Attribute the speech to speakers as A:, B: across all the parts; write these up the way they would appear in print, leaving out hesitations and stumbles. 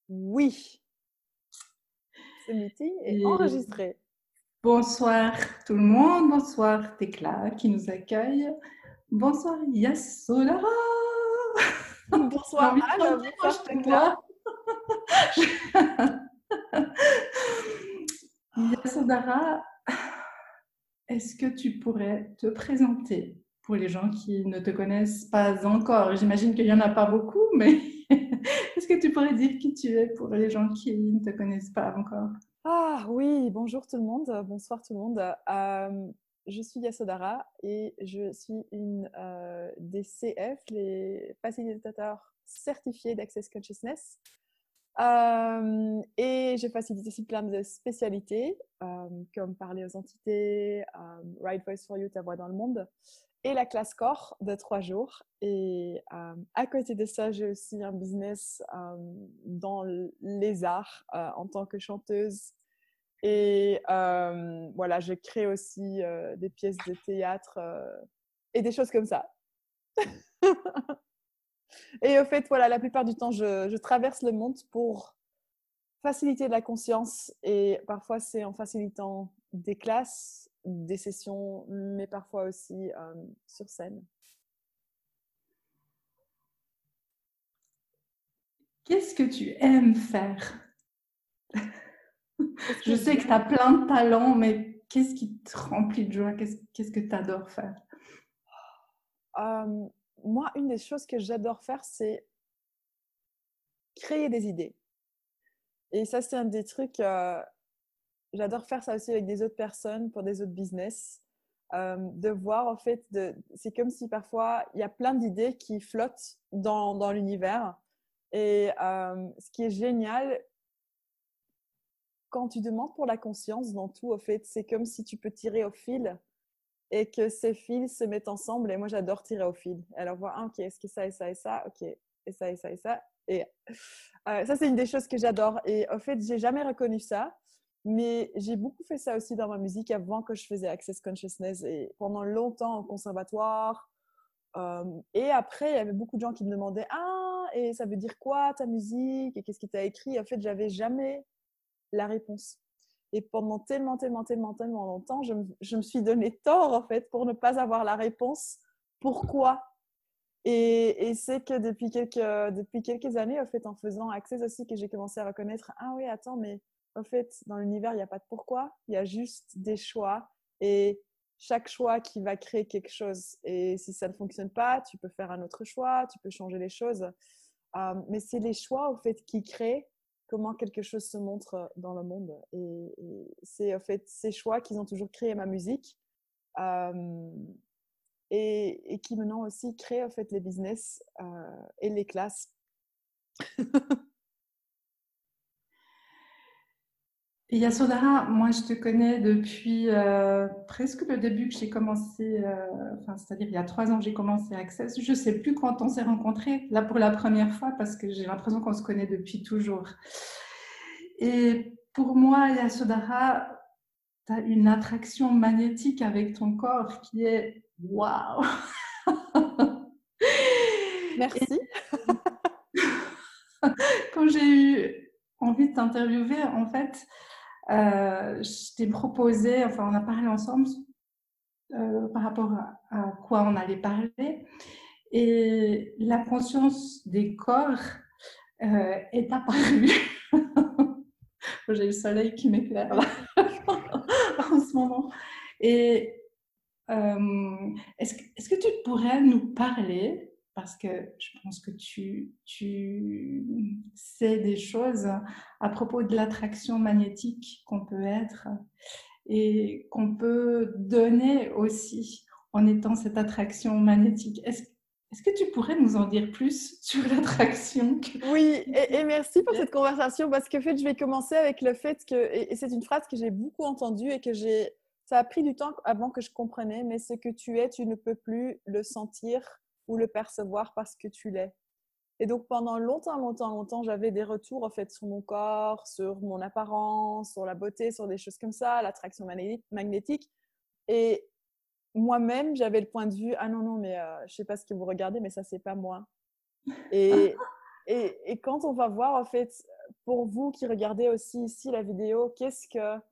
A: Oui, ce meeting est
B: Et
A: enregistré.
B: bonsoir tout le monde, bonsoir Tekla qui nous accueille, bonsoir Yasodara. J'ai
A: Bonsoir
B: envie de prendre
A: Anne,
B: très
A: bonsoir
B: proche de
A: Tekla.
B: toi. Yasodara, est-ce que tu pourrais te présenter pour les gens qui ne te connaissent pas encore? J'imagine qu'il n'y en a pas beaucoup, mais est-ce que tu pourrais dire qui tu es pour les gens qui ne te connaissent pas encore?
A: Ah oui, bonjour tout le monde, bonsoir tout le monde. Je suis Yasodhara et je suis une des CF, les facilitateurs certifiés d'Access Consciousness. Et je facilite aussi plein de spécialités, comme parler aux entités, Right Voice for You, ta voix dans le monde, et la classe corps de 3 jours. Et à côté de ça, j'ai aussi un business dans les arts en tant que chanteuse. Et voilà, je crée aussi des pièces de théâtre et des choses comme ça. Et au fait, voilà, la plupart du temps, je traverse le monde pour faciliter la conscience et parfois c'est en facilitant des classes, des sessions, mais parfois aussi sur scène.
B: Qu'est-ce que tu aimes faire?
A: Qu'est-ce
B: Je
A: que
B: sais que tu
A: j'aime?
B: as plein de talents, mais qu'est-ce qui te remplit de joie? Qu'est-ce que tu adores faire?
A: Euh, Moi, une des choses que j'adore faire, c'est créer des idées. Et ça, c'est un des trucs, j'adore faire ça aussi avec des autres personnes pour des autres business. De voir, en fait, c'est comme si parfois, il y a plein d'idées qui flottent dans l'univers. Et ce qui est génial, quand tu demandes pour la conscience dans tout, au fait, c'est comme si tu peux tirer au fil et que ces fils se mettent ensemble. Et moi, j'adore tirer au fil. Alors, voir, ah, ok, est-ce que ça et ça et ça, ok, et ça et ça et ça. Et ça, c'est une des choses que j'adore. Et au fait, j'ai jamais reconnu ça, mais j'ai beaucoup fait ça aussi dans ma musique avant que je faisais Access Consciousness et pendant longtemps au conservatoire. Et après, il y avait beaucoup de gens qui me demandaient, ah, et ça veut dire quoi ta musique et qu'est-ce que tu as écrit? En fait, j'avais jamais la réponse. Et pendant tellement longtemps, je me suis donné tort, en fait, pour ne pas avoir la réponse. Pourquoi? Et c'est que depuis quelques années, en fait, en faisant Access aussi, que j'ai commencé à reconnaître, ah oui, attends, mais en fait, dans l'univers, il n'y a pas de pourquoi, il y a juste des choix. Et chaque choix qui va créer quelque chose. Et si ça ne fonctionne pas, tu peux faire un autre choix, tu peux changer les choses. Mais c'est les choix, au fait, qui créent comment quelque chose se montre dans le monde. Et c'est, en fait, ces choix qui ont toujours créé ma musique. Euh, et qui maintenant aussi créent, en fait, les business et les classes.
B: Et Yasodhara, moi je te connais depuis presque le début que j'ai commencé, enfin, c'est-à-dire il y a 3 ans que j'ai commencé Access. Je ne sais plus quand on s'est rencontrés, là pour la première fois, parce que j'ai l'impression qu'on se connaît depuis toujours. Et pour moi, Yasodhara, tu as une attraction magnétique avec ton corps qui est waouh! Et
A: Merci.
B: quand j'ai eu envie de t'interviewer, en fait, je t'ai proposé, enfin on a parlé ensemble par rapport à quoi on allait parler. Et la conscience des corps est apparue. J'ai le soleil qui m'éclaire là en ce moment. Et est-ce que tu pourrais nous parler, parce que je pense que tu sais des choses à propos de l'attraction magnétique qu'on peut être et qu'on peut donner aussi en étant cette attraction magnétique. Est-ce que tu pourrais nous en dire plus sur l'attraction
A: Oui, et merci pour cette conversation parce que en fait, je vais commencer avec le fait que, et c'est une phrase que j'ai beaucoup entendue et que ça a pris du temps avant que je comprenais, mais ce que tu es, tu ne peux plus le sentir ou le percevoir parce que tu l'es. Et donc pendant longtemps, j'avais des retours en fait sur mon corps, sur mon apparence, sur la beauté, sur des choses comme ça, l'attraction magnétique. Et moi-même, j'avais le point de vue, ah non, non, mais je sais pas ce que vous regardez, mais ça, c'est pas moi. Et, et quand on va voir, en fait, pour vous qui regardez aussi ici la vidéo, qu'est-ce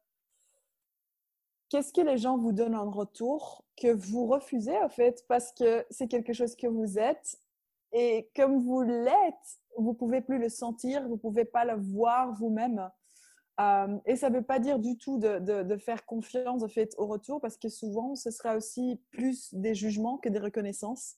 A: que les gens vous donnent en retour que vous refusez en fait parce que c'est quelque chose que vous êtes et comme vous l'êtes, vous pouvez plus le sentir, vous pouvez pas le voir vous-même. Et ça veut pas dire du tout de faire confiance en fait au retour parce que souvent ce sera aussi plus des jugements que des reconnaissances.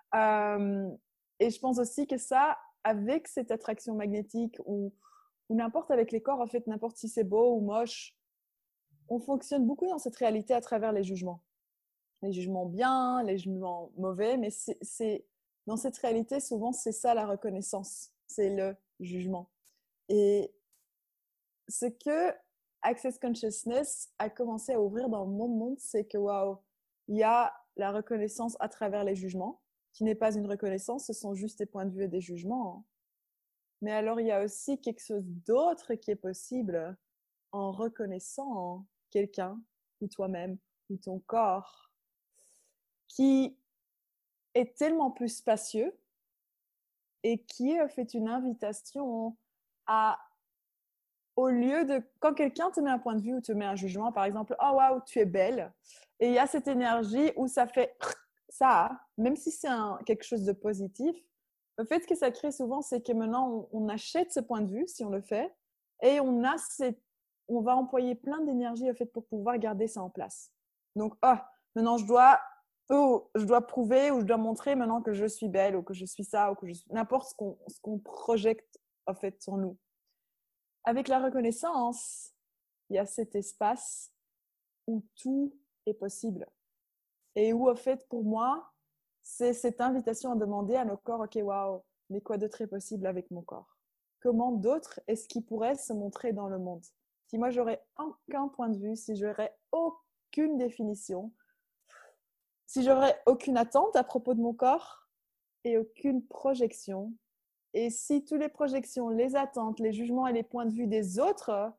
A: Et je pense aussi que ça, avec cette attraction magnétique ou n'importe avec les corps en fait, n'importe si c'est beau ou moche, on fonctionne beaucoup dans cette réalité à travers les jugements. Les jugements bien, les jugements mauvais, mais c'est dans cette réalité, souvent, c'est ça la reconnaissance, c'est le jugement. Et ce que Access Consciousness a commencé à ouvrir dans mon monde, c'est que, waouh, il y a la reconnaissance à travers les jugements, qui n'est pas une reconnaissance, ce sont juste des points de vue et des jugements. Mais alors, il y a aussi quelque chose d'autre qui est possible en reconnaissant quelqu'un ou toi-même ou ton corps qui est tellement plus spacieux et qui fait une invitation à, au lieu de, quand quelqu'un te met un point de vue ou te met un jugement, par exemple, oh waouh, tu es belle, et il y a cette énergie où ça fait ça, même si c'est quelque chose de positif, le fait que ça crée souvent, c'est que maintenant on achète ce point de vue si on le fait, et on va employer plein d'énergie au fait pour pouvoir garder ça en place. Donc, maintenant je dois prouver ou je dois montrer maintenant que je suis belle ou que je suis ça ou que je suis n'importe ce qu'on projette en fait sur nous. Avec la reconnaissance, il y a cet espace où tout est possible et où en fait pour moi, c'est cette invitation à demander à nos corps, ok, waouh, mais quoi d'autre est possible avec mon corps? Comment d'autre est-ce qui pourrait se montrer dans le monde? Si moi j'aurais aucun point de vue, si j'aurais aucune définition, si j'aurais aucune attente à propos de mon corps et aucune projection, et si toutes les projections, les attentes, les jugements et les points de vue des autres,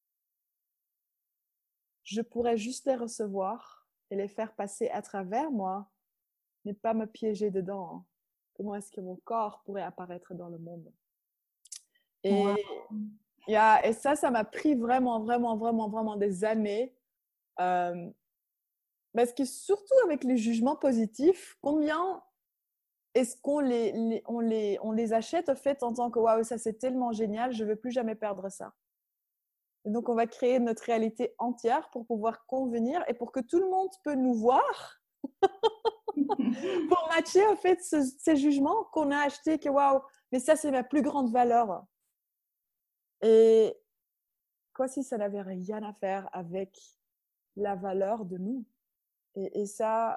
A: je pourrais juste les recevoir et les faire passer à travers moi, mais pas me piéger dedans. Comment est-ce que mon corps pourrait apparaître dans le monde? Et,
B: Wow.
A: et ça m'a pris vraiment, vraiment, vraiment, vraiment des années. Parce que surtout avec les jugements positifs, combien est-ce qu'on on les achète au fait en tant que waouh, ça c'est tellement génial, je ne veux plus jamais perdre ça. Et donc on va créer notre réalité entière pour pouvoir convenir et pour que tout le monde peut nous voir, pour matcher en fait ces jugements qu'on a achetés, que waouh, mais ça c'est ma plus grande valeur. Et quoi si ça n'avait rien à faire avec la valeur de nous? Et ça,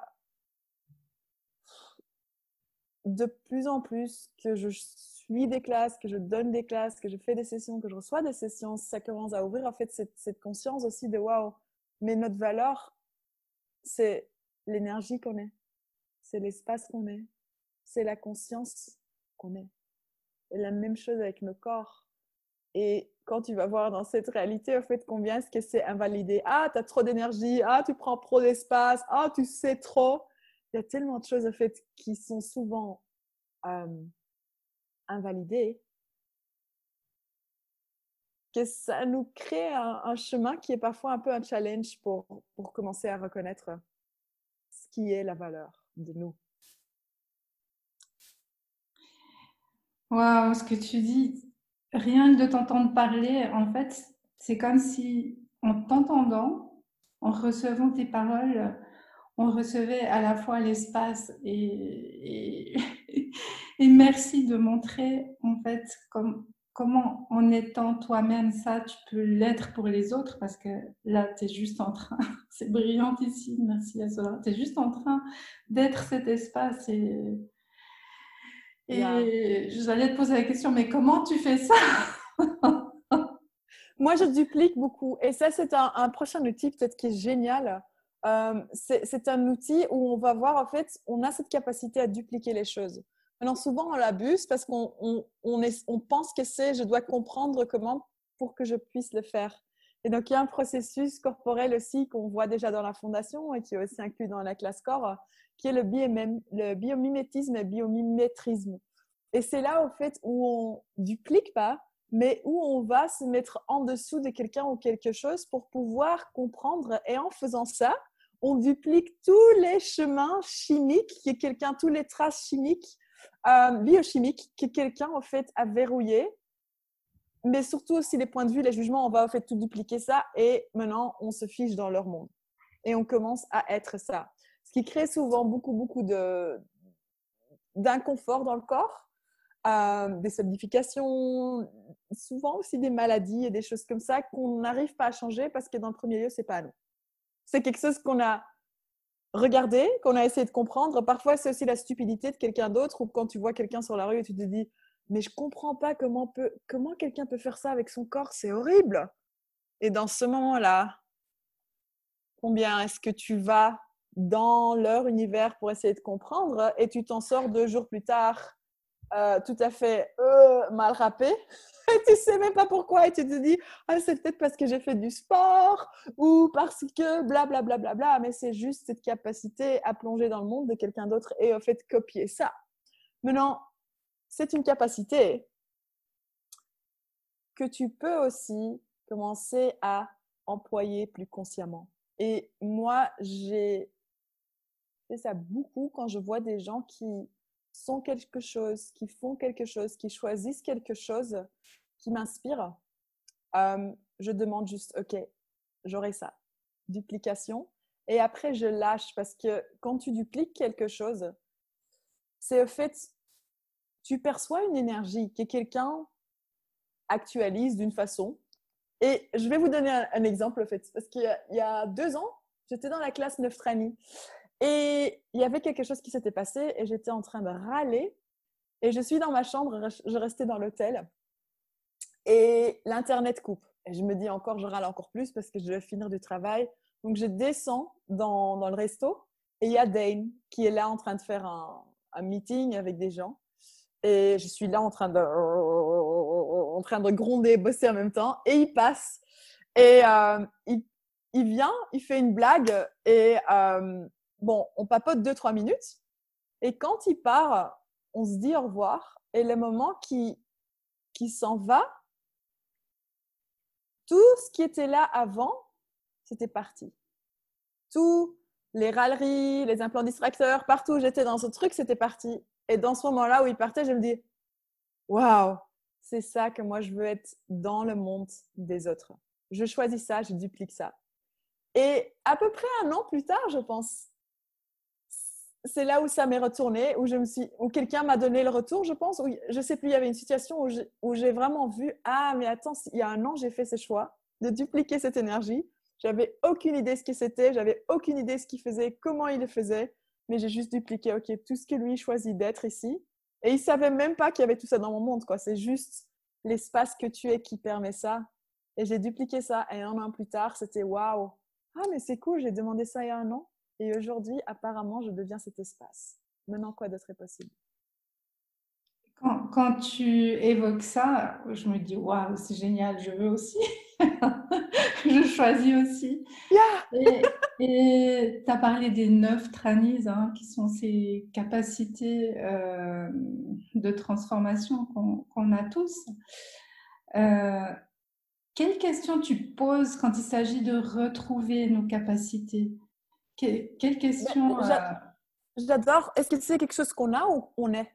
A: de plus en plus que je suis des classes, que je donne des classes, que je fais des sessions, que je reçois des sessions, ça commence à ouvrir en fait cette conscience aussi de waouh, mais notre valeur, c'est l'énergie qu'on est, c'est l'espace qu'on est, c'est la conscience qu'on est. Et la même chose avec nos corps. Et quand tu vas voir dans cette réalité, en fait, combien est-ce que c'est invalidé? Ah, tu as trop d'énergie. Ah, tu prends trop d'espace. Ah, tu sais trop. Il y a tellement de choses, en fait, qui sont souvent invalidées que ça nous crée un chemin qui est parfois un peu un challenge pour commencer à reconnaître ce qui est la valeur de nous.
B: Waouh, ce que tu dis, rien que de t'entendre parler, en fait, c'est comme si, en t'entendant, en recevant tes paroles, on recevait à la fois l'espace et merci de montrer, en fait, comment en étant toi-même ça, tu peux l'être pour les autres, parce que là, tu es juste en train, c'est brillantissime, merci à cela, tu es juste en train d'être cet espace et j'allais te poser la question, mais comment tu fais ça?
A: Moi, je duplique beaucoup. Et ça, c'est un prochain outil peut-être qui est génial. C'est un outil où on va voir, en fait, on a cette capacité à dupliquer les choses. Maintenant, souvent, on l'abuse parce on pense que je dois comprendre comment pour que je puisse le faire. Et donc, il y a un processus corporel aussi qu'on voit déjà dans la fondation et qui est aussi inclus dans la classe corps, qui est le biomimétisme et biomimétrisme. Et c'est là, au fait, où on duplique pas, mais où on va se mettre en dessous de quelqu'un ou quelque chose pour pouvoir comprendre. Et en faisant ça, on duplique tous les chemins chimiques que quelqu'un, tous les traces chimiques, biochimiques que quelqu'un en fait a verrouillé. Mais surtout aussi les points de vue, les jugements, on va en fait tout dupliquer ça et maintenant on se fiche dans leur monde et on commence à être ça. Ce qui crée souvent beaucoup d'inconfort dans le corps, des solidifications, souvent aussi des maladies et des choses comme ça qu'on n'arrive pas à changer parce que dans le premier lieu, c'est pas à nous. C'est quelque chose qu'on a regardé, qu'on a essayé de comprendre. Parfois, c'est aussi la stupidité de quelqu'un d'autre ou quand tu vois quelqu'un sur la rue et tu te dis mais je comprends pas comment quelqu'un peut faire ça avec son corps, c'est horrible. Et dans ce moment-là, combien est-ce que tu vas dans leur univers pour essayer de comprendre et tu t'en sors 2 jours plus tard tout à fait mal râpé et tu sais même pas pourquoi et tu te dis ah, c'est peut-être parce que j'ai fait du sport ou parce que blablabla bla, bla, bla, mais c'est juste cette capacité à plonger dans le monde de quelqu'un d'autre et au fait copier ça. Maintenant, c'est une capacité que tu peux aussi commencer à employer plus consciemment. Et moi, j'ai fait ça beaucoup quand je vois des gens qui sont quelque chose, qui font quelque chose, qui choisissent quelque chose qui m'inspire. Je demande juste, OK, j'aurai ça. Duplication. Et après, je lâche parce que quand tu dupliques quelque chose, c'est au fait, tu perçois une énergie que quelqu'un actualise d'une façon. Et je vais vous donner un exemple, en fait, parce qu'il y a 2 ans, j'étais dans la classe 9 training et il y avait quelque chose qui s'était passé et j'étais en train de râler et je suis dans ma chambre, je restais dans l'hôtel et l'internet coupe. Et je me dis encore, je râle encore plus parce que je vais finir du travail. Donc je descends dans le resto et il y a Dane qui est là en train de faire un meeting avec des gens. Et je suis là en train de gronder, bosser en même temps. Et il passe. Et il vient, il fait une blague. Et bon, on papote 2-3 minutes. Et quand il part, on se dit au revoir. Et le moment qui s'en va, tout ce qui était là avant, c'était parti. Tous les râleries, les implants distracteurs, partout où j'étais dans ce truc, c'était parti. Et dans ce moment-là où il partait, je me dis waouh, c'est ça que moi je veux être dans le monde des autres. Je choisis ça, je duplique ça. Et à peu près 1 an plus tard, je pense, c'est là où ça m'est retourné, où quelqu'un m'a donné le retour, je pense, où je sais plus, il y avait une situation où j'ai vraiment vu ah mais attends, il y a 1 an j'ai fait ce choix de dupliquer cette énergie. J'avais aucune idée ce que c'était, j'avais aucune idée ce qu'il faisait, comment il le faisait, mais j'ai juste dupliqué ok tout ce que lui choisit d'être ici. Et il savait même pas qu'il y avait tout ça dans mon monde, quoi. C'est juste l'espace que tu es qui permet ça. Et j'ai dupliqué ça. Et 1 an plus tard, c'était waouh. Ah, mais c'est cool, j'ai demandé ça il y a 1 an. Et aujourd'hui, apparemment, je deviens cet espace. Maintenant, quoi d'autre est possible?
B: Quand tu évoques ça, je me dis waouh, c'est génial, je veux aussi. Je choisis aussi.
A: Yeah!
B: Et tu as parlé des 9 tranis, hein, qui sont ces capacités de transformation qu'on a tous. Quelles questions tu poses quand il s'agit de retrouver nos capacités? Quelles questions
A: J'adore. Est-ce que c'est quelque chose qu'on a ou qu'on est?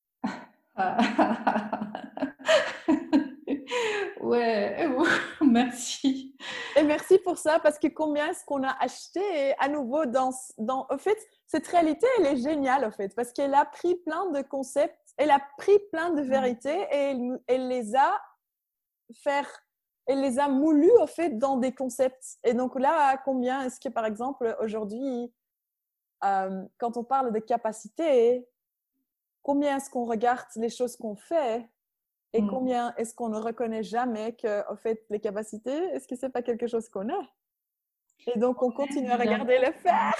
B: Ouais, merci.
A: Et merci pour ça, parce que combien est-ce qu'on a acheté et à nouveau au fait, cette réalité, elle est géniale, au fait, parce qu'elle a pris plein de concepts, elle a pris plein de vérités et elle les a faire, elle les a moulus, au fait, dans des concepts. Et donc là, combien est-ce que, par exemple, aujourd'hui, quand on parle de capacité, combien est-ce qu'on regarde les choses qu'on fait et combien est-ce qu'on ne reconnaît jamais que, au fait, les capacités, est-ce que c'est pas quelque chose qu'on a? Et donc, on continue à regarder le faire.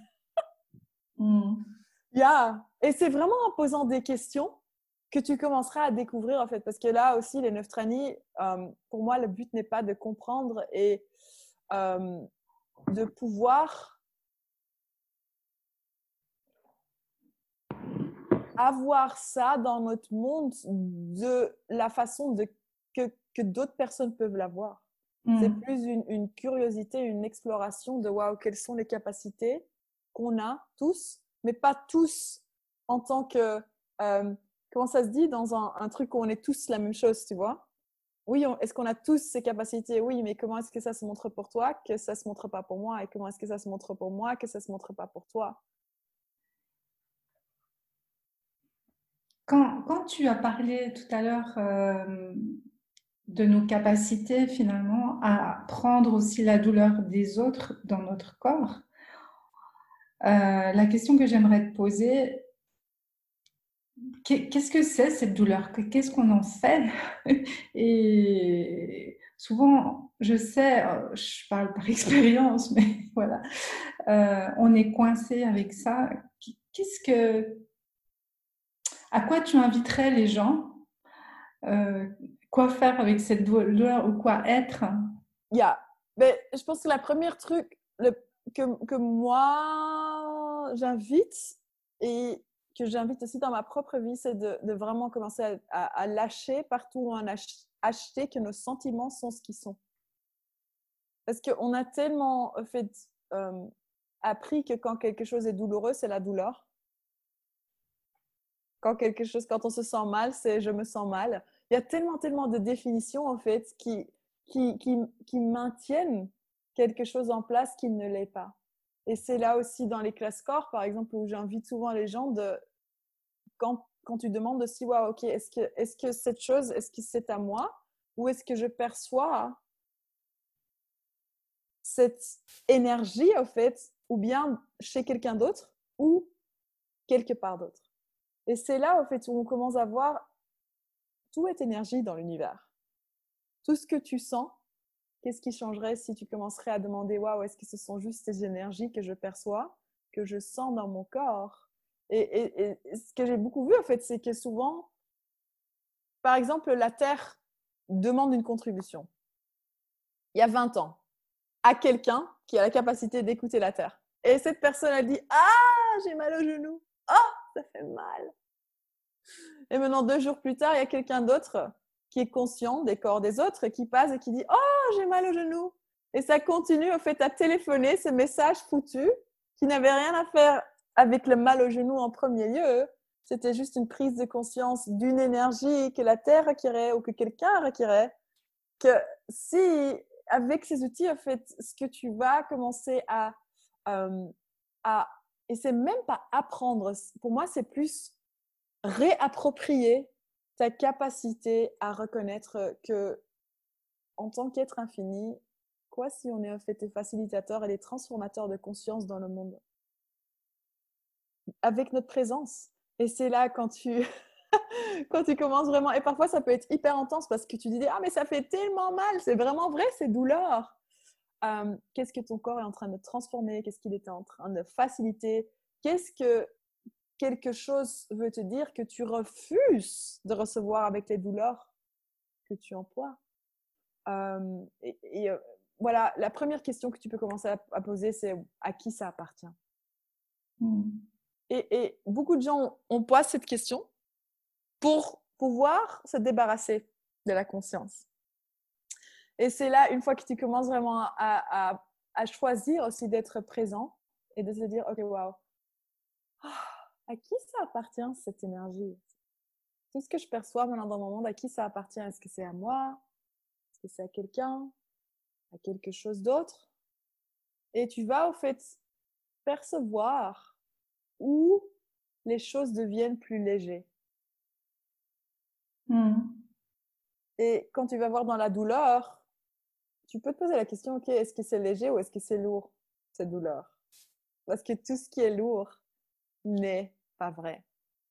A: Yeah. Et c'est vraiment en posant des questions que tu commenceras à découvrir, en fait. Parce que là aussi, les 9 trainis, pour moi, le but n'est pas de comprendre et de pouvoir avoir ça dans notre monde de la façon de que d'autres personnes peuvent l'avoir. C'est plus une curiosité, une exploration de waouh, quelles sont les capacités qu'on a tous, mais pas tous en tant que, comment ça se dit, dans un truc où on est tous la même chose, tu vois. Oui, est-ce qu'on a tous ces capacités? Oui, mais comment est-ce que ça se montre pour toi, que ça se montre pas pour moi? Et comment est-ce que ça se montre pour moi, que ça se montre pas pour toi?
B: Quand tu as parlé tout à l'heure de nos capacités finalement à prendre aussi la douleur des autres dans notre corps, la question que j'aimerais te poser, qu'est-ce que c'est cette douleur? Qu'est-ce qu'on en fait? Et souvent, je sais, je parle par expérience, mais voilà, on est coincé avec ça. À quoi tu inviterais les gens? Quoi faire avec cette douleur ou quoi être?
A: Mais je pense que la première truc que moi j'invite et que j'invite aussi dans ma propre vie, c'est de vraiment commencer à lâcher partout où on a acheté que nos sentiments sont ce qu'ils sont. Parce qu'on a tellement appris que quand quelque chose est douloureux, c'est la douleur. Quand on se sent mal, c'est je me sens mal. Il y a tellement de définitions en fait qui maintiennent quelque chose en place qui ne l'est pas. Et c'est là aussi dans les classes corps, par exemple, où j'invite souvent les gens quand tu demandes aussi, wow, ok, est-ce que cette chose, est-ce que c'est à moi ou est-ce que je perçois cette énergie, en fait, ou bien chez quelqu'un d'autre ou quelque part d'autre. Et c'est là, en fait, où on commence à voir tout est énergie dans l'univers. Tout ce que tu sens, qu'est-ce qui changerait si tu commencerais à demander, waouh, est-ce que ce sont juste ces énergies que je perçois, que je sens dans mon corps? Et ce que j'ai beaucoup vu, en fait, c'est que souvent, par exemple, la Terre demande une contribution. Il y a 20 ans, à quelqu'un qui a la capacité d'écouter la Terre. Et cette personne a dit, ah, j'ai mal au genou. Ah, ça fait mal. Et maintenant, 2 jours plus tard, il y a quelqu'un d'autre qui est conscient des corps des autres et qui passe et qui dit, oh, j'ai mal au genou. Et ça continue, au fait, à téléphoner ces messages foutus qui n'avaient rien à faire avec le mal au genou en premier lieu. C'était juste une prise de conscience d'une énergie que la Terre requérait ou que quelqu'un requérait. Que si, avec ces outils, en fait, ce que tu vas commencer et c'est même pas apprendre, pour moi, c'est plus réapproprier ta capacité à reconnaître que, en tant qu'être infini, quoi si on est en fait des facilitateurs et des transformateurs de conscience dans le monde avec notre présence. Et c'est là quand tu quand tu commences vraiment, et parfois ça peut être hyper intense parce que tu dis ah mais ça fait tellement mal, c'est vraiment vrai, c'est douleur. Qu'est-ce que ton corps est en train de transformer? Qu'est-ce qu'il était en train de faciliter? Qu'est-ce que quelque chose veut te dire que tu refuses de recevoir avec les douleurs que tu emploies? Voilà, la première question que tu peux commencer à poser, c'est à qui ça appartient? Et beaucoup de gens ont posé cette question pour pouvoir se débarrasser de la conscience. Et c'est là, une fois que tu commences vraiment à choisir aussi d'être présent et de se dire, ok, waouh, à qui ça appartient cette énergie? Tout ce que je perçois maintenant dans mon monde, à qui ça appartient? Est-ce que c'est à moi? Est-ce que c'est à quelqu'un? À quelque chose d'autre? Et tu vas au fait percevoir où les choses deviennent plus légères. Et quand tu vas voir dans la douleur, tu peux te poser la question, ok, est-ce que c'est léger ou est-ce que c'est lourd, cette douleur? Parce que tout ce qui est lourd n'est pas vrai.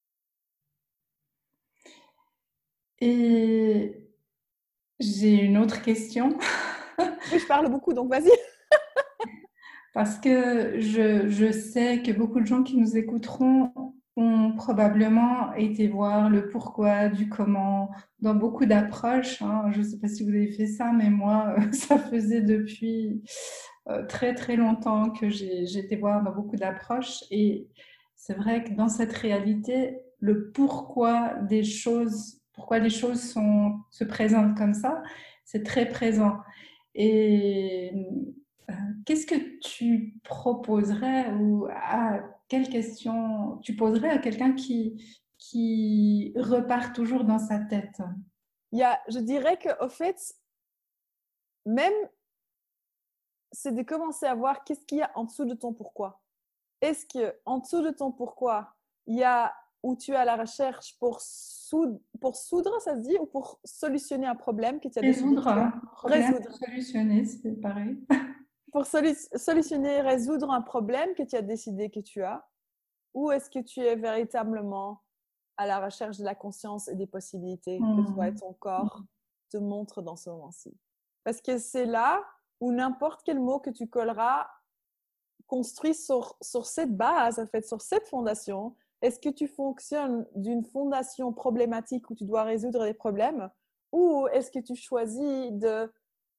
B: Et j'ai une autre question.
A: Oui, je parle beaucoup, donc vas-y.
B: Parce que je sais que beaucoup de gens qui nous écouteront ont probablement été voir le pourquoi, du comment, dans beaucoup d'approches. Je ne sais pas si vous avez fait ça, mais moi, ça faisait depuis très très longtemps que j'ai été voir dans beaucoup d'approches. Et c'est vrai que dans cette réalité, le pourquoi des choses, pourquoi les choses se présentent comme ça. C'est très présent. Et qu'est-ce que tu proposerais ou quelle question tu poserais à quelqu'un qui repart toujours dans sa tête?
A: Je dirais qu'au fait, même, c'est de commencer à voir qu'est-ce qu'il y a en dessous de ton pourquoi. Est-ce que en dessous de ton pourquoi, il y a où tu es à la recherche pour soudre, ça se dit, ou pour solutionner un problème que tu as décidé que
B: Résoudre
A: tu as
B: un problème,
A: résoudre.
B: solutionner, c'est pareil.
A: Pour solutionner, résoudre un problème que tu as décidé que tu as, ou est-ce que tu es véritablement à la recherche de la conscience et des possibilités que toi et ton corps te montrent dans ce moment-ci? Parce que c'est là où n'importe quel mot que tu colleras construit sur cette base, en fait, sur cette fondation. Est-ce que tu fonctionnes d'une fondation problématique où tu dois résoudre des problèmes, ou est-ce que tu choisis de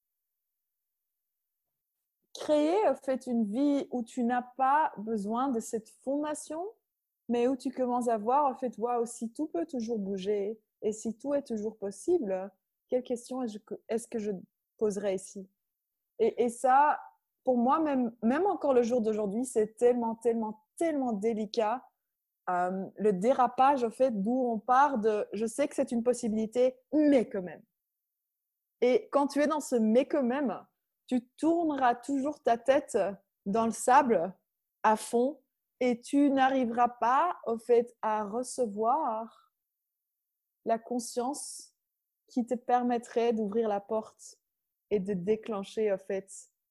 A: créer en fait une vie où tu n'as pas besoin de cette fondation, mais où tu commences à voir en fait, waouh, si tout peut toujours bouger et si tout est toujours possible, quelle question est-ce que je poserais ici? Et ça, pour moi, même encore le jour d'aujourd'hui, c'est tellement, tellement, tellement délicat. Le dérapage, en fait, d'où on part de je sais que c'est une possibilité, mais quand même. Et quand tu es dans ce mais quand même, tu tourneras toujours ta tête dans le sable à fond et tu n'arriveras pas, au fait, à recevoir la conscience qui te permettrait d'ouvrir la porte et de déclencher, au fait,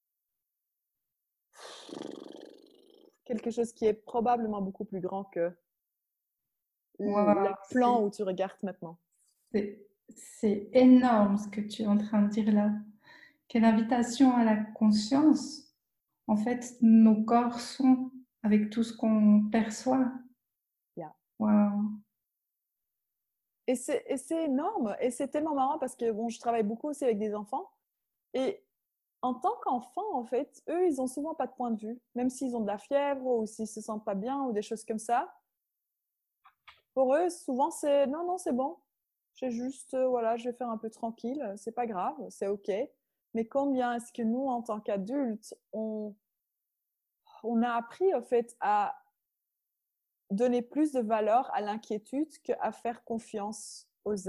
A: quelque chose qui est probablement beaucoup plus grand que le
B: Wow,
A: plan où tu regardes maintenant.
B: c'est énorme ce que tu es en train de dire là. Quelle invitation à la conscience. En fait, nos corps sont avec tout ce qu'on perçoit.
A: Yeah.
B: Wow.
A: Et c'est énorme. Et c'est tellement marrant parce que bon, je travaille beaucoup aussi avec des enfants. Et en tant qu'enfant, en fait, eux, ils ont souvent pas de point de vue. Même s'ils ont de la fièvre ou s'ils se sentent pas bien ou des choses comme ça. Pour eux, souvent, c'est non, non, c'est bon. J'ai juste, voilà, je vais faire un peu tranquille. C'est pas grave, c'est OK. Mais combien est-ce que nous, en tant qu'adultes, on a appris, en fait, à donner plus de valeur à l'inquiétude qu'à faire confiance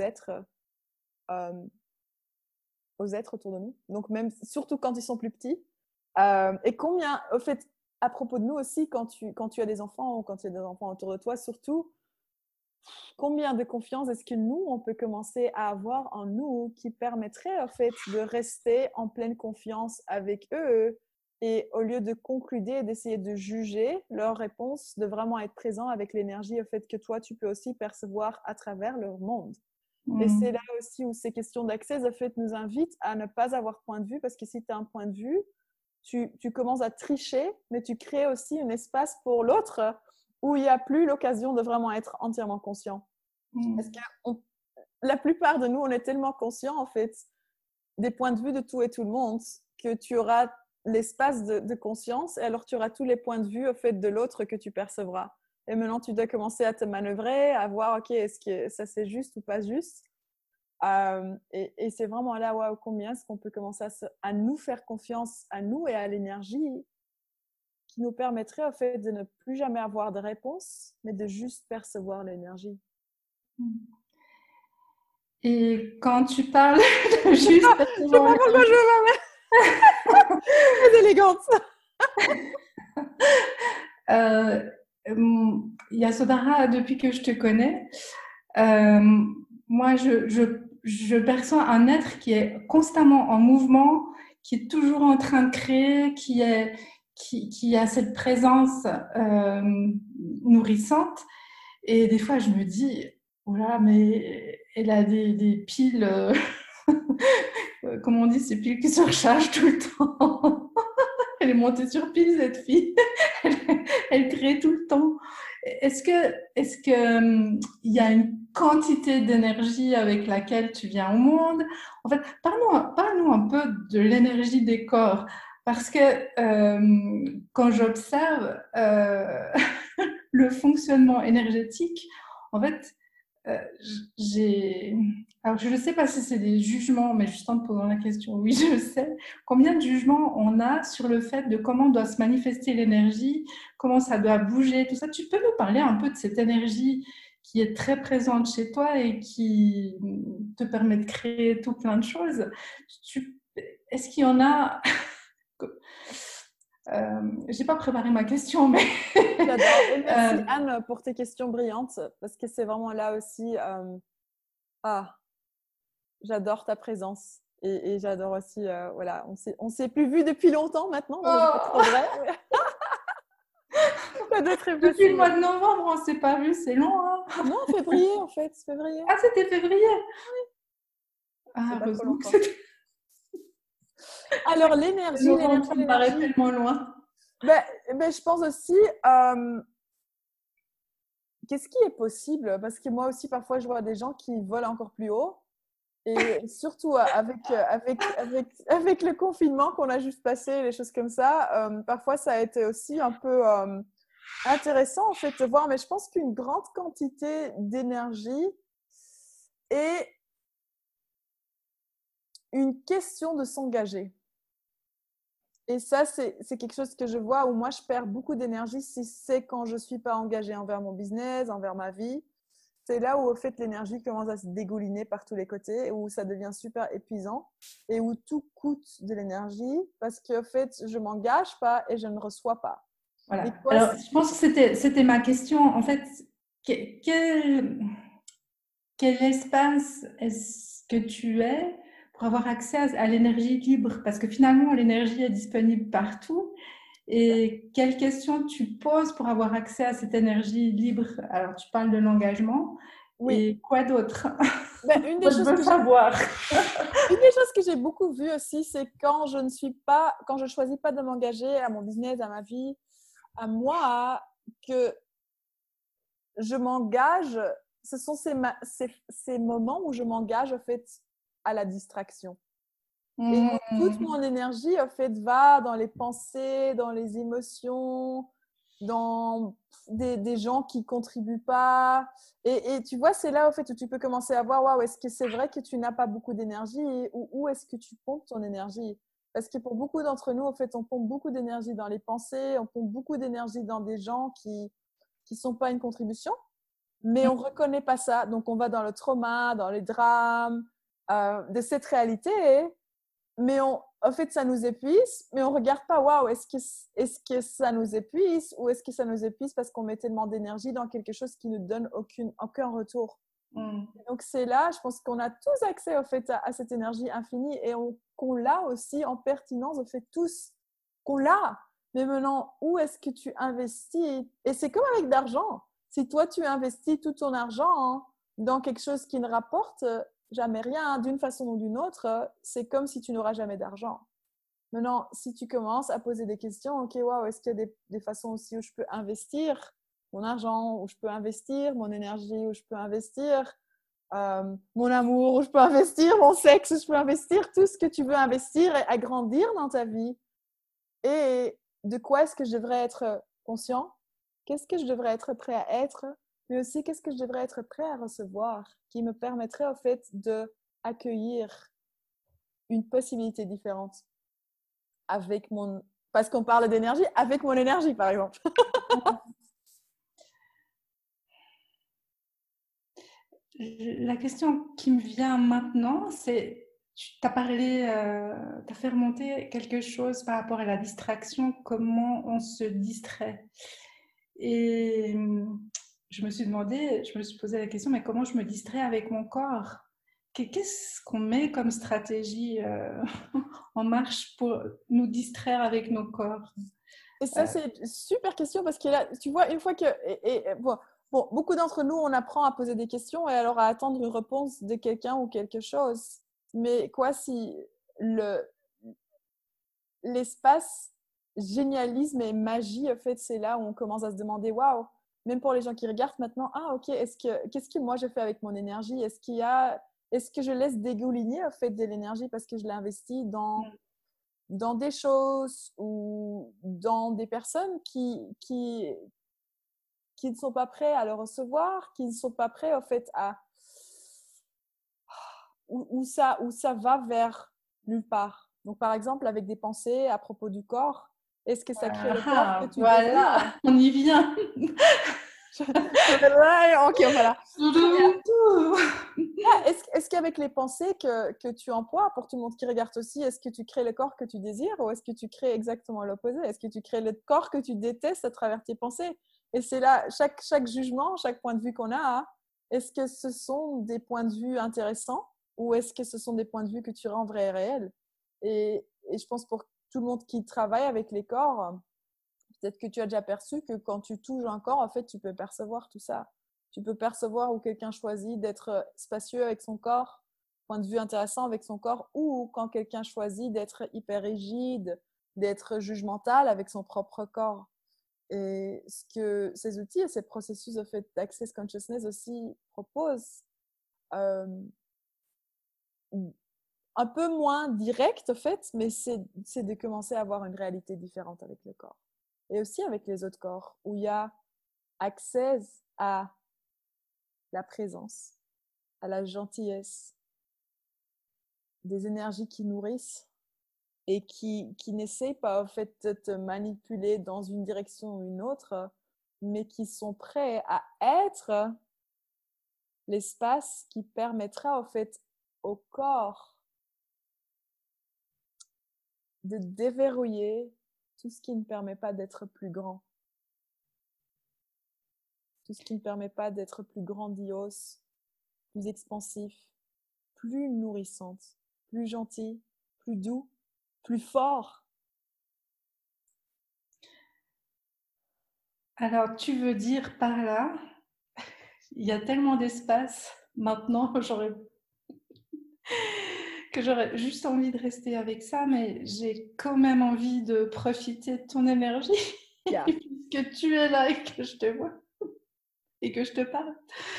A: euh, aux êtres autour de nous. Donc même, surtout quand ils sont plus petits. Et combien, au fait, à propos de nous aussi, quand tu as des enfants ou quand il y a des enfants autour de toi, surtout, combien de confiance est-ce que nous, on peut commencer à avoir en nous qui permettrait, en fait, de rester en pleine confiance avec eux et au lieu de concluder et d'essayer de juger leur réponse, de vraiment être présent avec l'énergie, au fait que toi, tu peux aussi percevoir à travers leur monde. Et c'est là aussi où ces questions d'accès, en fait, nous invitent à ne pas avoir point de vue, parce que si tu as un point de vue, tu commences à tricher, mais tu crées aussi un espace pour l'autre où il n'y a plus l'occasion de vraiment être entièrement conscient. Parce que la plupart de nous, on est tellement conscients, en fait, des points de vue de tout et tout le monde, que tu auras l'espace de conscience, et alors tu auras tous les points de vue, au fait, de l'autre que tu percevras. Et maintenant, tu dois commencer à te manœuvrer, à voir, OK, est-ce que ça c'est juste ou pas juste? Et c'est vraiment là, waouh, combien est-ce qu'on peut commencer à nous faire confiance, à nous et à l'énergie, qui nous permettrait, en fait, de ne plus jamais avoir de réponse, mais de juste percevoir l'énergie.
B: Et quand tu parles de juste
A: Je sais pas pourquoi je veux ma mère. Très élégante.
B: Yasodhara, depuis que je te connais, moi, je perçois un être qui est constamment en mouvement, qui est toujours en train de créer, qui a cette présence nourrissante. Et des fois, je me dis, voilà, mais elle a des piles, comment on dit, ces piles qui se rechargent tout le temps. Elle est montée sur pile, cette fille. Elle crée tout le temps. Est-ce que il y a une quantité d'énergie avec laquelle tu viens au monde? En fait, parle-nous un peu de l'énergie des corps. Parce que quand j'observe le fonctionnement énergétique, en fait, j'ai... Alors, je ne sais pas si c'est des jugements, mais juste en te posant la question, oui, je sais. Combien de jugements on a sur le fait de comment doit se manifester l'énergie, comment ça doit bouger, tout ça. Tu peux nous parler un peu de cette énergie qui est très présente chez toi et qui te permet de créer tout plein de choses. Est-ce qu'il y en a... j'ai pas préparé ma question, mais...
A: J'adore. Et merci Anne pour tes questions brillantes, parce que c'est vraiment là aussi... j'adore ta présence. Et j'adore aussi, voilà, on s'est plus vu depuis longtemps maintenant, donc c'est pas trop vrai. Ça doit être
B: Depuis le
A: facile.
B: mois de novembre, on ne s'est pas vu, c'est long, hein?
A: Non, février en fait, février.
B: Ah, c'était février?
A: C'est
B: Ah,
A: pas trop
B: heureusement que
A: longtemps.
B: c'était
A: Alors l'énergie,
B: novembre, ça me paraît
A: l'énergie.
B: tellement loin.
A: Je pense aussi, qu'est-ce qui est possible? Parce que moi aussi, parfois, je vois des gens qui volent encore plus haut. Et surtout avec le confinement qu'on a juste passé, les choses comme ça, parfois ça a été aussi un peu intéressant en fait de voir, mais je pense qu'une grande quantité d'énergie est une question de s'engager. Et ça, c'est quelque chose que je vois où moi, je perds beaucoup d'énergie si c'est quand je ne suis pas engagée envers mon business, envers ma vie. C'est là où, au fait, l'énergie commence à se dégouliner par tous les côtés, où ça devient super épuisant et où tout coûte de l'énergie parce qu'au fait, je ne m'engage pas et je ne reçois pas.
B: Voilà.
A: Et quoi,
B: Alors, je pense que c'était ma question. En fait, quel espace est-ce que tu es pour avoir accès à l'énergie libre? Parce que finalement, l'énergie est disponible partout. Et quelles questions tu poses pour avoir accès à cette énergie libre? Alors, tu parles de l'engagement.
A: oui.
B: Et quoi d'autre?
A: Une des
B: Moi, je
A: choses
B: veux
A: que
B: savoir.
A: une des choses que j'ai beaucoup vues aussi, c'est quand je choisis pas de m'engager à mon business, à ma vie, à moi, que je m'engage, ce sont ces moments où je m'engage, en fait, à la distraction. Et où toute mon énergie, en fait, va dans les pensées, dans les émotions, dans des gens qui ne contribuent pas. Et tu vois, c'est là, en fait, où tu peux commencer à voir, waouh, est-ce que c'est vrai que tu n'as pas beaucoup d'énergie ou où est-ce que tu pompes ton énergie? Parce que pour beaucoup d'entre nous, en fait, on pompe beaucoup d'énergie dans les pensées, on pompe beaucoup d'énergie dans des gens qui ne sont pas une contribution, mais on ne reconnaît pas ça. Donc, on va dans le trauma, dans les drames de cette réalité. Mais en fait, ça nous épuise, mais on ne regarde pas, waouh, est-ce que ça nous épuise ou est-ce que ça nous épuise parce qu'on met tellement d'énergie dans quelque chose qui ne donne aucun retour. Donc, c'est là, je pense qu'on a tous accès au fait, à cette énergie infinie et qu'on l'a aussi en pertinence, on fait tous qu'on l'a. Mais maintenant, où est-ce que tu investis? Et c'est comme avec l'argent. Si toi, tu investis tout ton argent dans quelque chose qui ne rapporte jamais rien d'une façon ou d'une autre, c'est comme si tu n'auras jamais d'argent. Maintenant, si tu commences à poser des questions, ok, waouh, est-ce qu'il y a des façons aussi où je peux investir mon argent, où je peux investir mon énergie, où je peux investir mon amour, où je peux investir mon sexe, où je peux investir tout ce que tu veux investir et agrandir dans ta vie. Et de quoi est-ce que je devrais être conscient? Qu'est-ce que je devrais être prêt à être? Mais aussi, qu'est-ce que je devrais être prêt à recevoir qui me permettrait, en fait, d'accueillir une possibilité différente avec mon... Parce qu'on parle d'énergie, avec mon énergie, par exemple.
B: La question qui me vient maintenant, c'est, tu as parlé, tu as fait remonter quelque chose par rapport à la distraction, comment on se distrait. Et je me suis posé la question, mais comment je me distrais avec mon corps? Qu'est-ce qu'on met comme stratégie en marche pour nous distraire avec nos corps?
A: Et ça, c'est une super question parce que là, tu vois, une fois que... bon, beaucoup d'entre nous, on apprend à poser des questions et alors à attendre une réponse de quelqu'un ou quelque chose. Mais quoi si l'espace génialisme et magie, en fait, c'est là où on commence à se demander, waouh, même pour les gens qui regardent maintenant, ah ok, qu'est-ce que moi je fais avec mon énergie? Est-ce que je laisse dégouliner, en fait, de l'énergie parce que je l'investis dans des choses ou dans des personnes qui qui ne sont pas prêts à le recevoir, qui ne sont pas prêts, en fait, à où ça va vers nulle part. Donc, par exemple, avec des pensées à propos du corps, est-ce que ça crée le corps que tu
B: voilà,
A: désires?
B: on y vient.
A: Ok, voilà. Très bien.
B: Toudou.
A: Est-ce qu'avec les pensées que tu emploies, pour tout le monde qui regarde aussi, est-ce que tu crées le corps que tu désires ou est-ce que tu crées exactement l'opposé? Est-ce que tu crées le corps que tu détestes à travers tes pensées? Et c'est là, chaque jugement, chaque point de vue qu'on a, hein, est-ce que ce sont des points de vue intéressants ou est-ce que ce sont des points de vue que tu rends vrais et réels? Et je pense pour tout le monde qui travaille avec les corps, peut-être que tu as déjà perçu que quand tu touches un corps, en fait, tu peux percevoir tout ça. Tu peux percevoir où quelqu'un choisit d'être spacieux avec son corps, point de vue intéressant avec son corps, ou quand quelqu'un choisit d'être hyper rigide, d'être jugemental avec son propre corps. Et ce que ces outils et ces processus de fait d'Access Consciousness aussi proposent, euh, un peu moins direct, en fait, mais c'est de commencer à avoir une réalité différente avec le corps. Et aussi avec les autres corps, où il y a accès à la présence, à la gentillesse, des énergies qui nourrissent et qui n'essayent pas, en fait, de te manipuler dans une direction ou une autre, mais qui sont prêts à être l'espace qui permettra, en fait, au corps de déverrouiller tout ce qui ne permet pas d'être plus grand, tout ce qui ne permet pas d'être plus grandiose, plus expansif, plus nourrissante, plus gentil, plus doux, plus fort.
B: Alors, tu veux dire par là, il y a tellement d'espace maintenant que j'aurais juste envie de rester avec ça, mais j'ai quand même envie de profiter de ton énergie
A: Yeah.
B: puisque tu es là et que je te vois et que je te parle.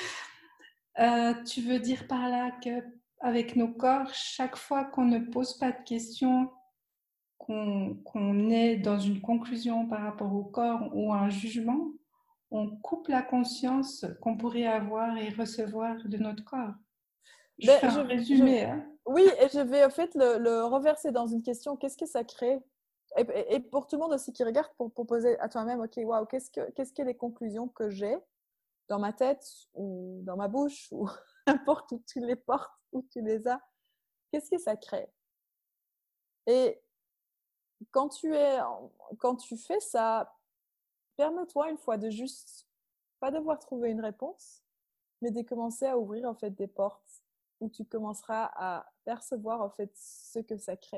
B: Tu veux dire par là qu'avec nos corps, chaque fois qu'on ne pose pas de questions, qu'on est dans une conclusion par rapport au corps ou un jugement, on coupe la conscience qu'on pourrait avoir et recevoir de notre corps. Je
A: Ben,
B: fais un résumé. Hein.
A: oui, et je vais en fait le reverser dans une question. Qu'est-ce que ça crée? Et pour tout le monde aussi qui regarde, pour poser à toi-même, ok, waouh, qu'est-ce que les conclusions que j'ai dans ma tête ou dans ma bouche ou n'importe où tu les portes, où tu les as, qu'est-ce que ça crée? Et quand quand tu fais ça, permets-toi une fois de juste pas devoir trouver une réponse, mais de commencer à ouvrir en fait des portes où tu commenceras à percevoir en fait ce que ça crée.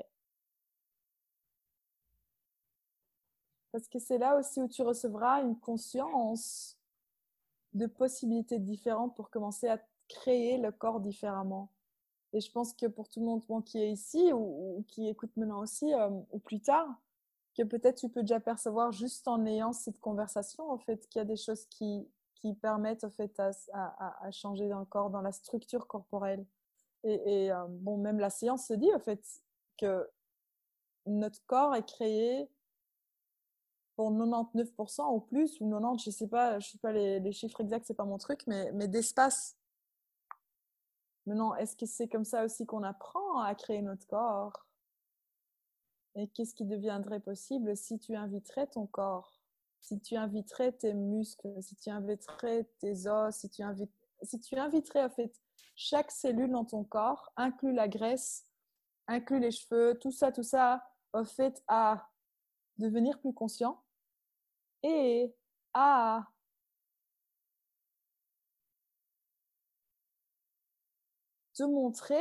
A: Parce que c'est là aussi où tu recevras une conscience de possibilités différentes pour commencer à créer le corps différemment. Et je pense que pour tout le monde qui est ici ou qui écoute maintenant aussi ou plus tard, que peut-être tu peux déjà percevoir juste en ayant cette conversation en fait qu'il y a des choses qui permettent en fait à changer dans le corps, dans la structure corporelle. Et bon, même la science se dit en fait que notre corps est créé pour 99% ou plus, ou 90, je sais pas les chiffres exacts, c'est pas mon truc, mais d'espace. Maintenant, est-ce que c'est comme ça aussi qu'on apprend à créer notre corps? Et qu'est-ce qui deviendrait possible si tu inviterais ton corps, si tu inviterais tes muscles, si tu inviterais tes os, si tu inviterais en fait chaque cellule dans ton corps, inclus la graisse, inclus les cheveux, tout ça, en fait, à devenir plus conscient et à te montrer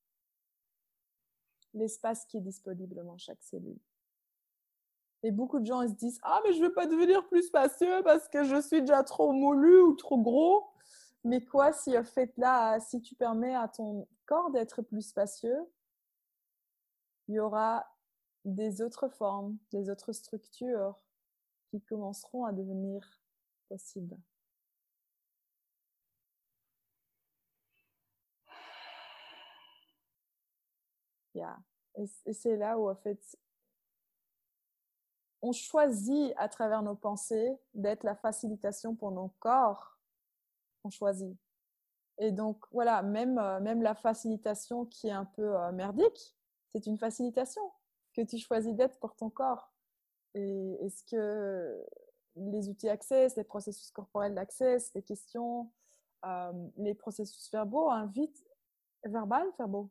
A: l'espace qui est disponible dans chaque cellule. Et beaucoup de gens ils se disent ah mais je veux pas devenir plus spacieux parce que je suis déjà trop moulu ou trop gros. Mais quoi si en fait là, si tu permets à ton corps d'être plus spacieux, il y aura des autres formes, des autres structures qui commenceront à devenir possibles. Yeah. Et c'est là où en fait on choisit à travers nos pensées d'être la facilitation pour nos corps. On choisit. Et donc, voilà, même la facilitation qui est un peu merdique, c'est une facilitation que tu choisis d'être pour ton corps. Et est-ce que les outils Access, les processus corporels d'Access, les questions, les processus verbaux invitent... verbaux,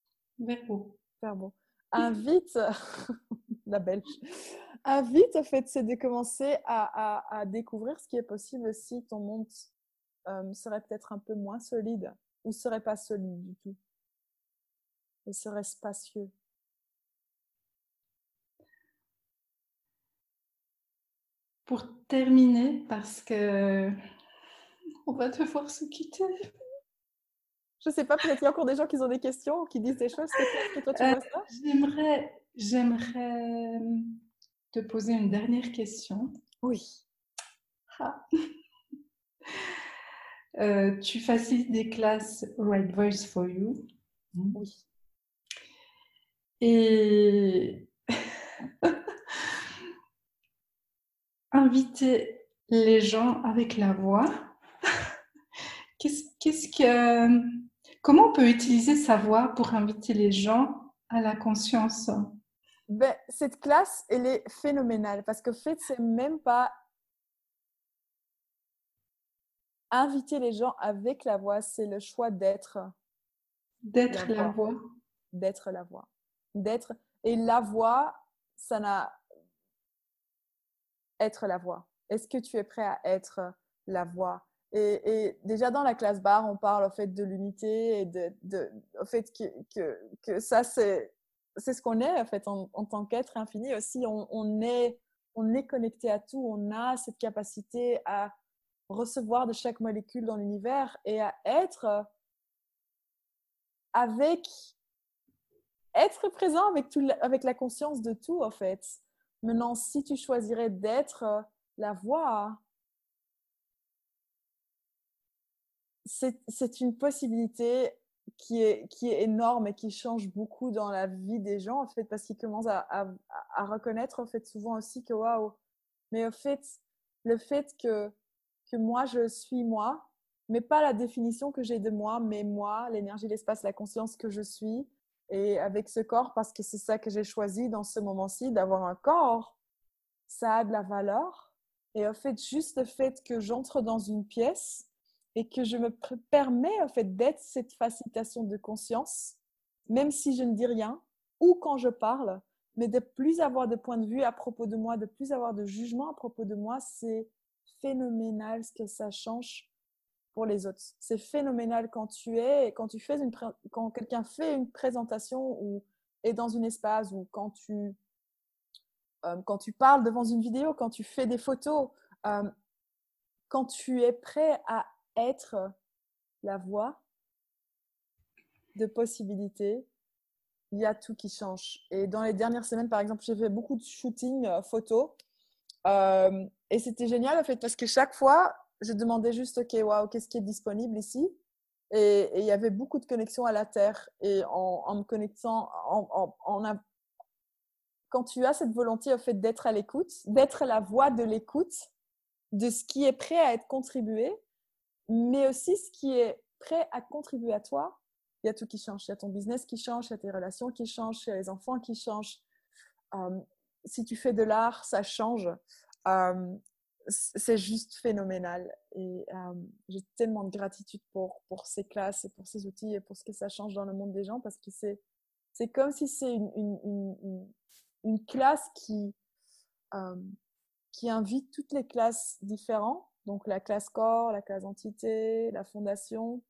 A: invite la belge, invite en fait, c'est de commencer à découvrir ce qui est possible si ton monde serait peut-être un peu moins solide ou serait pas solide du tout et serait spacieux.
B: Pour terminer, parce que on va devoir se quitter.
A: Je sais pas, peut-être qu'il y a encore des gens qui ont des questions ou qui disent des choses. Est-ce que toi tu vois ça?
B: J'aimerais te poser une dernière question.
A: Oui.
B: Ah. Tu facilites des classes Right Voice for You.
A: Oui.
B: Et inviter les gens avec la voix. Comment on peut utiliser sa voix pour inviter les gens à la conscience?
A: Ben, cette classe, elle est phénoménale parce que en fait, c'est même pas inviter les gens avec la voix, c'est le choix d'être
B: la voix.
A: D'être la voix. D'être. Et la voix, ça n'a. Être la voix. Est-ce que tu es prêt à être la voix? Et déjà dans la classe barre, on parle au fait de l'unité et au fait que ça, c'est ce qu'on est en fait en tant qu'être infini aussi. On est connecté à tout. On a cette capacité à recevoir de chaque molécule dans l'univers et à être présent avec la conscience de tout en fait. Maintenant, si tu choisirais d'être la voix, c'est une possibilité qui est énorme et qui change beaucoup dans la vie des gens en fait, parce qu'ils commencent à reconnaître en fait souvent aussi que waouh, mais en fait le fait que moi je suis moi, mais pas la définition que j'ai de moi, mais moi, l'énergie, l'espace, la conscience que je suis, et avec ce corps, parce que c'est ça que j'ai choisi dans ce moment-ci, d'avoir un corps, ça a de la valeur. Et en fait, juste le fait que j'entre dans une pièce et que je me permets en fait d'être cette facilitation de conscience, même si je ne dis rien, ou quand je parle, mais de plus avoir de point de vue à propos de moi, de plus avoir de jugement à propos de moi, c'est phénoménal ce que ça change pour les autres. C'est phénoménal quand quand quelqu'un fait une présentation ou est dans un espace, ou quand tu parles devant une vidéo, quand tu fais des photos, quand tu es prêt à être la voix de possibilités, il y a tout qui change. Et dans les dernières semaines, par exemple, j'ai fait beaucoup de shooting photos. Et c'était génial en fait, parce que chaque fois, je demandais juste, ok, waouh, qu'est-ce qui est disponible ici? Et il y avait beaucoup de connexions à la terre. Et en me connectant, quand tu as cette volonté au fait d'être à l'écoute, d'être la voix de l'écoute, de ce qui est prêt à être contribué, mais aussi ce qui est prêt à contribuer à toi, il y a tout qui change. Il y a ton business qui change, il y a tes relations qui changent, il y a les enfants qui changent. Si tu fais de l'art, ça change. C'est juste phénoménal. Et j'ai tellement de gratitude pour ces classes et pour ces outils et pour ce que ça change dans le monde des gens, parce que c'est comme si c'est une classe qui invite toutes les classes différentes, donc la classe corps, la classe entité, la fondation,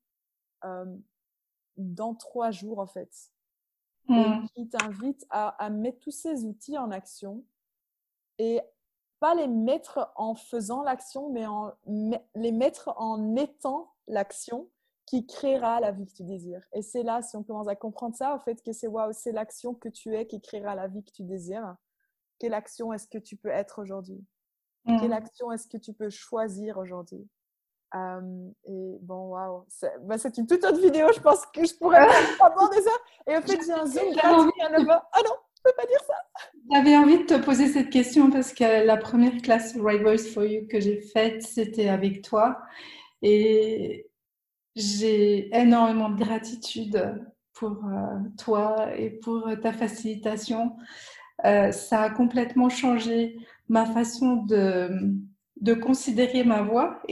A: dans 3 jours en fait. Et qui t'invite à mettre tous ces outils en action et pas les mettre en faisant l'action, mais les mettre en étant l'action qui créera la vie que tu désires. Et c'est là, si on commence à comprendre ça, en fait, que c'est waouh, c'est l'action que tu es qui créera la vie que tu désires. Quelle action est-ce que tu peux être aujourd'hui? Quelle action est-ce que tu peux choisir aujourd'hui? Et bon, waouh, c'est une toute autre vidéo, je pense que je pourrais pas aborder ça. Et en fait, j'ai un Zoom gratuit à 9h. Ah non, je peux pas dire ça.
B: J'avais envie de te poser cette question parce que la première classe Right Voice for You que j'ai faite, c'était avec toi. Et j'ai énormément de gratitude pour toi et pour ta facilitation. Ça a complètement changé ma façon de considérer ma voix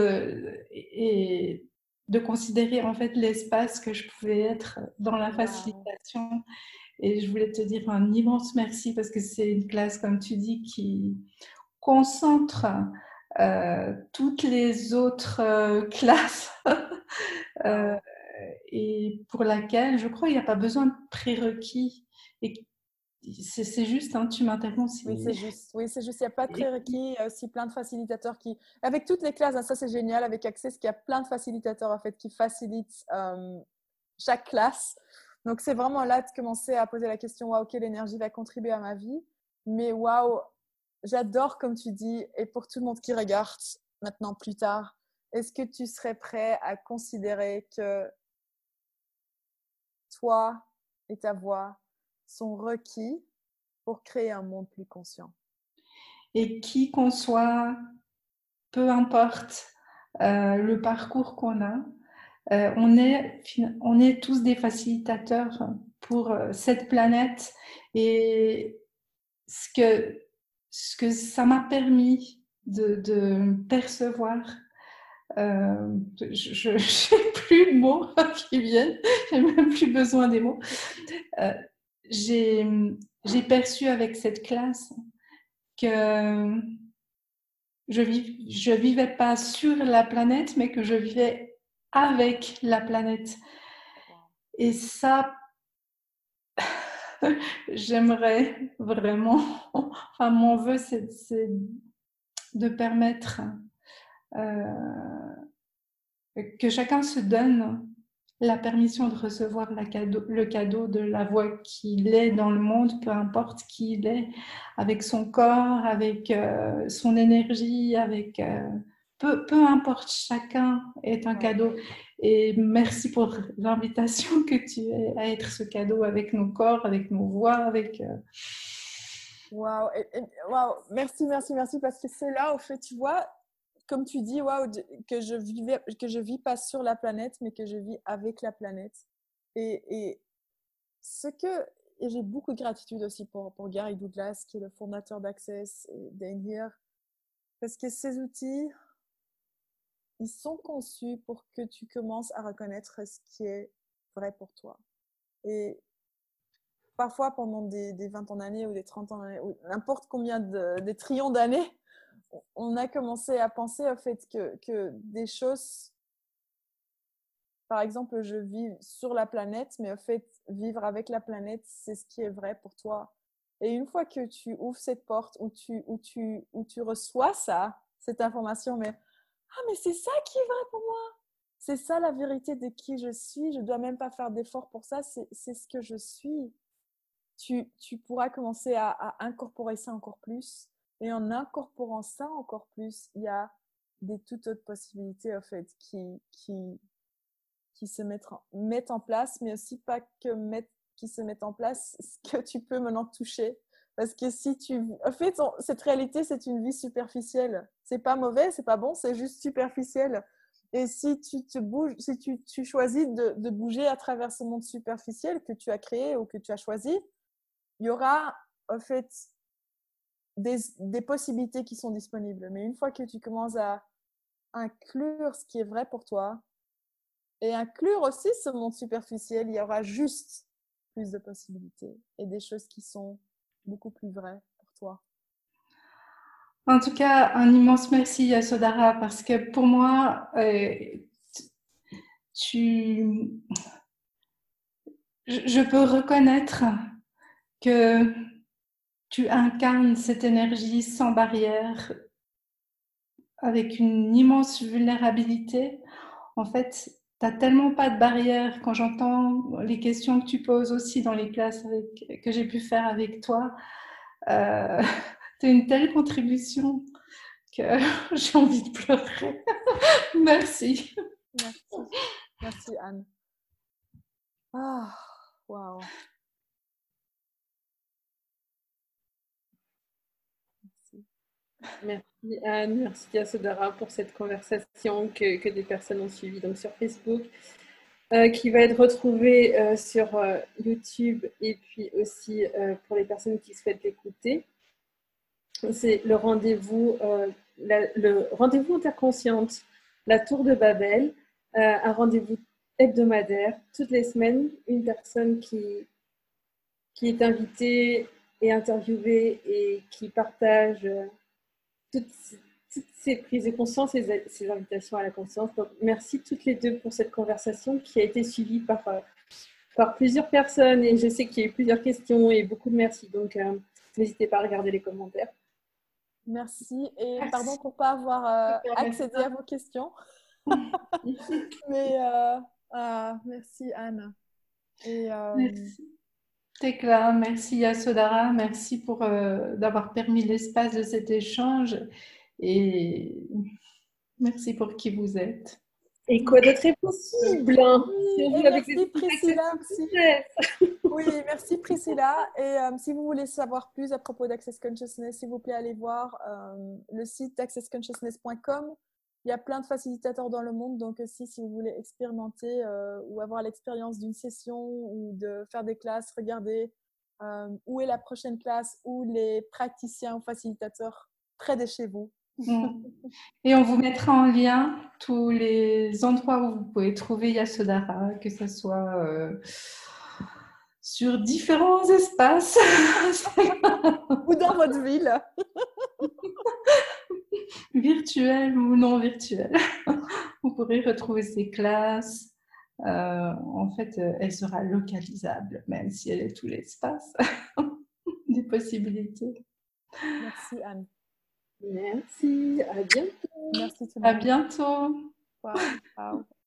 B: et de considérer en fait l'espace que je pouvais être dans la
A: Wow.
B: facilitation. Et je voulais te dire un immense merci parce que c'est une classe, comme tu dis, qui concentre toutes les autres classes euh,
A: Wow.
B: et pour laquelle je crois qu'il n'y a pas besoin de prérequis. Et c'est juste, hein, tu m'interromps
A: Oui,
B: si.
A: c'est juste. Oui, c'est juste. Il n'y a pas de prérequis. Il y a aussi plein de facilitateurs qui, avec toutes les classes, hein, ça c'est génial avec Access, qu'il y a plein de facilitateurs en fait qui facilitent chaque classe. Donc c'est vraiment là de commencer à poser la question, waouh, quelle énergie va contribuer à ma vie. Mais waouh, j'adore comme tu dis. Et pour tout le monde qui regarde maintenant plus tard, est-ce que tu serais prêt à considérer que toi et ta voix sont requis pour créer un monde plus conscient?
B: Et qui qu'on soit, peu importe le parcours qu'on a, on est tous des facilitateurs pour cette planète. Et ce que, ce que ça m'a permis de percevoir, je n'ai plus de mots qui viennent, j'ai même plus besoin des mots. Euh, j'ai perçu avec cette classe que je vivais pas sur la planète, mais que je vivais avec la planète. Et ça, j'aimerais vraiment, enfin mon vœu, c'est de permettre que chacun se donne la permission de recevoir le cadeau de la voix qu'il est dans le monde, peu importe qui il est, avec son corps, avec son énergie, avec peu importe, chacun est un cadeau. Et merci pour l'invitation que tu es à être ce cadeau avec nos corps, avec nos voix, avec...
A: Waouh, waouh, merci, merci, merci, parce que c'est là, au fait, tu vois, comme tu dis, waouh, que je vis pas sur la planète, mais que je vis avec la planète. Et ce que, et j'ai beaucoup de gratitude aussi pour Gary Douglas, qui est le fondateur d'Access et Dane Here, parce que ces outils, ils sont conçus pour que tu commences à reconnaître ce qui est vrai pour toi. Et parfois, pendant des 20 ans d'années ou des 30 ans d'années, ou n'importe combien des trillions d'années, on a commencé à penser au fait que des choses, par exemple, je vis sur la planète, mais au fait, vivre avec la planète, c'est ce qui est vrai pour toi. Et une fois que tu ouvres cette porte où tu reçois ça, cette information, mais c'est ça qui est vrai pour moi. C'est ça la vérité de qui je suis. Je dois même pas faire d'efforts pour ça. C'est ce que je suis. Tu pourras commencer à incorporer ça encore plus. Et en incorporant ça encore plus, il y a des toutes autres possibilités en fait qui se mettent en place, mais aussi pas que qui se mettent en place, ce que tu peux maintenant toucher. Parce que si tu... En fait, cette réalité, c'est une vie superficielle. C'est pas mauvais, c'est pas bon, c'est juste superficiel. Et si tu te bouges, si tu choisis de bouger à travers ce monde superficiel que tu as créé ou que tu as choisi, il y aura en fait des possibilités qui sont disponibles. Mais une fois que tu commences à inclure ce qui est vrai pour toi et inclure aussi ce monde superficiel, il y aura juste plus de possibilités et des choses qui sont beaucoup plus vraies pour toi.
B: En tout cas, un immense merci Yasodhara parce que pour moi, tu, je peux reconnaître que tu incarnes cette énergie sans barrière, avec une immense vulnérabilité. En fait, tu n'as tellement pas de barrière quand j'entends les questions que tu poses aussi dans les classes que j'ai pu faire avec toi. Tu as une telle contribution que j'ai envie de pleurer. Merci.
A: Merci. Merci Anne. Ah, waouh.
C: Merci Anne, merci Yasodhara pour cette conversation que des personnes ont suivie donc sur Facebook, qui va être retrouvée sur YouTube et puis aussi pour les personnes qui souhaitent l'écouter. C'est le rendez-vous interconsciente, la Tour de Babel, un rendez-vous hebdomadaire, toutes les semaines, une personne qui est invitée et interviewée et qui partage toutes, toutes ces prises de conscience et ces invitations à la conscience. Donc, merci toutes les deux pour cette conversation qui a été suivie par plusieurs personnes et je sais qu'il y a eu plusieurs questions et beaucoup de merci. Donc, n'hésitez pas à regarder les commentaires.
A: Merci et
B: Merci.
A: pardon pour ne pas avoir accédé à vos questions. Mais merci Anne. Et,
B: Merci. Tekla, merci Yasodhara, merci pour d'avoir permis l'espace de cet échange et merci pour qui vous êtes.
C: Et quoi d'autre est possible
A: oui, et merci Priscilla aussi. Oui, merci Priscilla. Et si vous voulez savoir plus à propos d'Access Consciousness, s'il vous plaît, allez voir le site accessconsciousness.com. Il y a plein de facilitateurs dans le monde, donc aussi si vous voulez expérimenter ou avoir l'expérience d'une session ou de faire des classes, regardez où est la prochaine classe, où les praticiens ou facilitateurs près de chez vous.
B: Et on vous mettra en lien tous les endroits où vous pouvez trouver Yasodhara, que ce soit sur différents espaces.
A: Ou dans votre ville.
B: Virtuels ou non virtuels. Vous pourrez retrouver ces classes. En fait, elle sera localisable, même si elle est tout l'espace. Des possibilités.
A: Merci Anne.
C: Merci, à bientôt.
A: Merci tout le monde.
B: À bientôt.
A: Wow.